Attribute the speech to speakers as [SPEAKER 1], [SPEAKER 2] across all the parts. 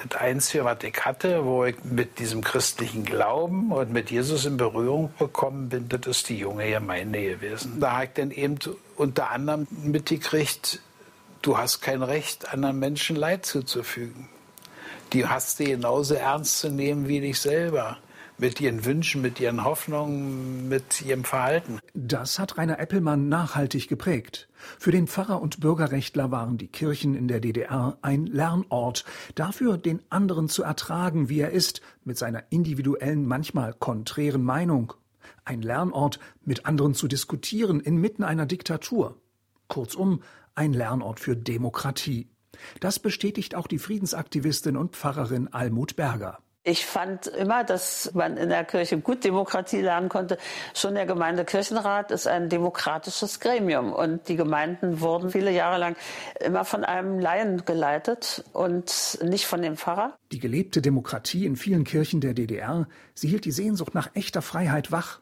[SPEAKER 1] Das Einzige, was ich hatte, wo ich mit diesem christlichen Glauben und mit Jesus in Berührung gekommen bin, das ist die junge Gemeinde gewesen. Da habe ich dann eben unter anderem mitgekriegt, du hast kein Recht, anderen Menschen Leid zuzufügen. Die hast du genauso ernst zu nehmen wie dich selber. Mit ihren Wünschen, mit ihren Hoffnungen, mit ihrem Verhalten.
[SPEAKER 2] Das hat Rainer Eppelmann nachhaltig geprägt. Für den Pfarrer und Bürgerrechtler waren die Kirchen in der DDR ein Lernort, dafür den anderen zu ertragen, wie er ist, mit seiner individuellen, manchmal konträren Meinung. Ein Lernort, mit anderen zu diskutieren inmitten einer Diktatur. Kurzum, ein Lernort für Demokratie. Das bestätigt auch die Friedensaktivistin und Pfarrerin Almut Berger.
[SPEAKER 3] Ich fand immer, dass man in der Kirche gut Demokratie lernen konnte. Schon der Gemeindekirchenrat ist ein demokratisches Gremium. Und die Gemeinden wurden viele Jahre lang immer von einem Laien geleitet und nicht von dem Pfarrer.
[SPEAKER 2] Die gelebte Demokratie in vielen Kirchen der DDR, sie hielt die Sehnsucht nach echter Freiheit wach.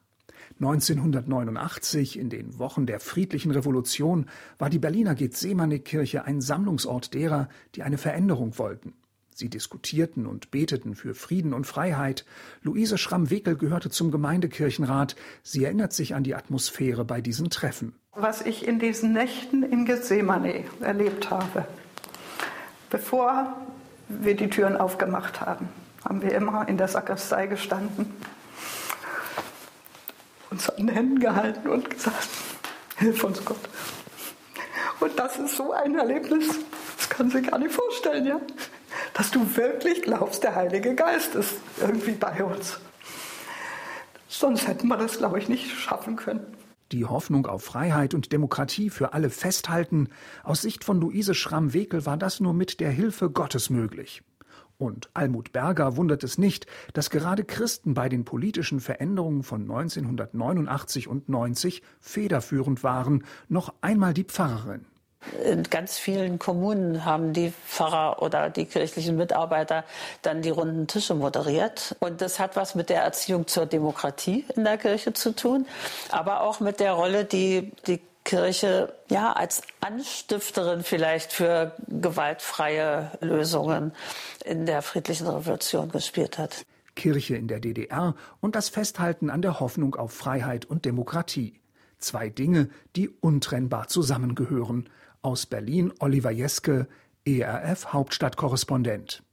[SPEAKER 2] 1989, in den Wochen der friedlichen Revolution, war die Berliner Gethsemane-Kirche ein Sammlungsort derer, die eine Veränderung wollten. Sie diskutierten und beteten für Frieden und Freiheit. Luise Schramm-Wekel gehörte zum Gemeindekirchenrat. Sie erinnert sich an die Atmosphäre bei diesen Treffen.
[SPEAKER 4] Was ich in diesen Nächten in Gethsemane erlebt habe, bevor wir die Türen aufgemacht haben, haben wir immer in der Sakristei gestanden, uns an den Händen gehalten und gesagt, hilf uns Gott. Und das ist so ein Erlebnis, das kann sich gar nicht vorstellen, ja? Dass du wirklich glaubst, der Heilige Geist ist irgendwie bei uns. Sonst hätten wir das, glaube ich, nicht schaffen können.
[SPEAKER 2] Die Hoffnung auf Freiheit und Demokratie für alle festhalten, aus Sicht von Luise Schramm-Wekel war das nur mit der Hilfe Gottes möglich. Und Almut Berger wundert es nicht, dass gerade Christen bei den politischen Veränderungen von 1989 und 90 federführend waren, noch einmal die Pfarrerin.
[SPEAKER 3] In ganz vielen Kommunen haben die Pfarrer oder die kirchlichen Mitarbeiter dann die runden Tische moderiert. Und das hat was mit der Erziehung zur Demokratie in der Kirche zu tun, aber auch mit der Rolle, die die Kirche ja als Anstifterin vielleicht für gewaltfreie Lösungen in der friedlichen Revolution gespielt hat.
[SPEAKER 2] Kirche in der DDR und das Festhalten an der Hoffnung auf Freiheit und Demokratie. Zwei Dinge, die untrennbar zusammengehören. Aus Berlin Oliver Jeske, ERF Hauptstadtkorrespondent.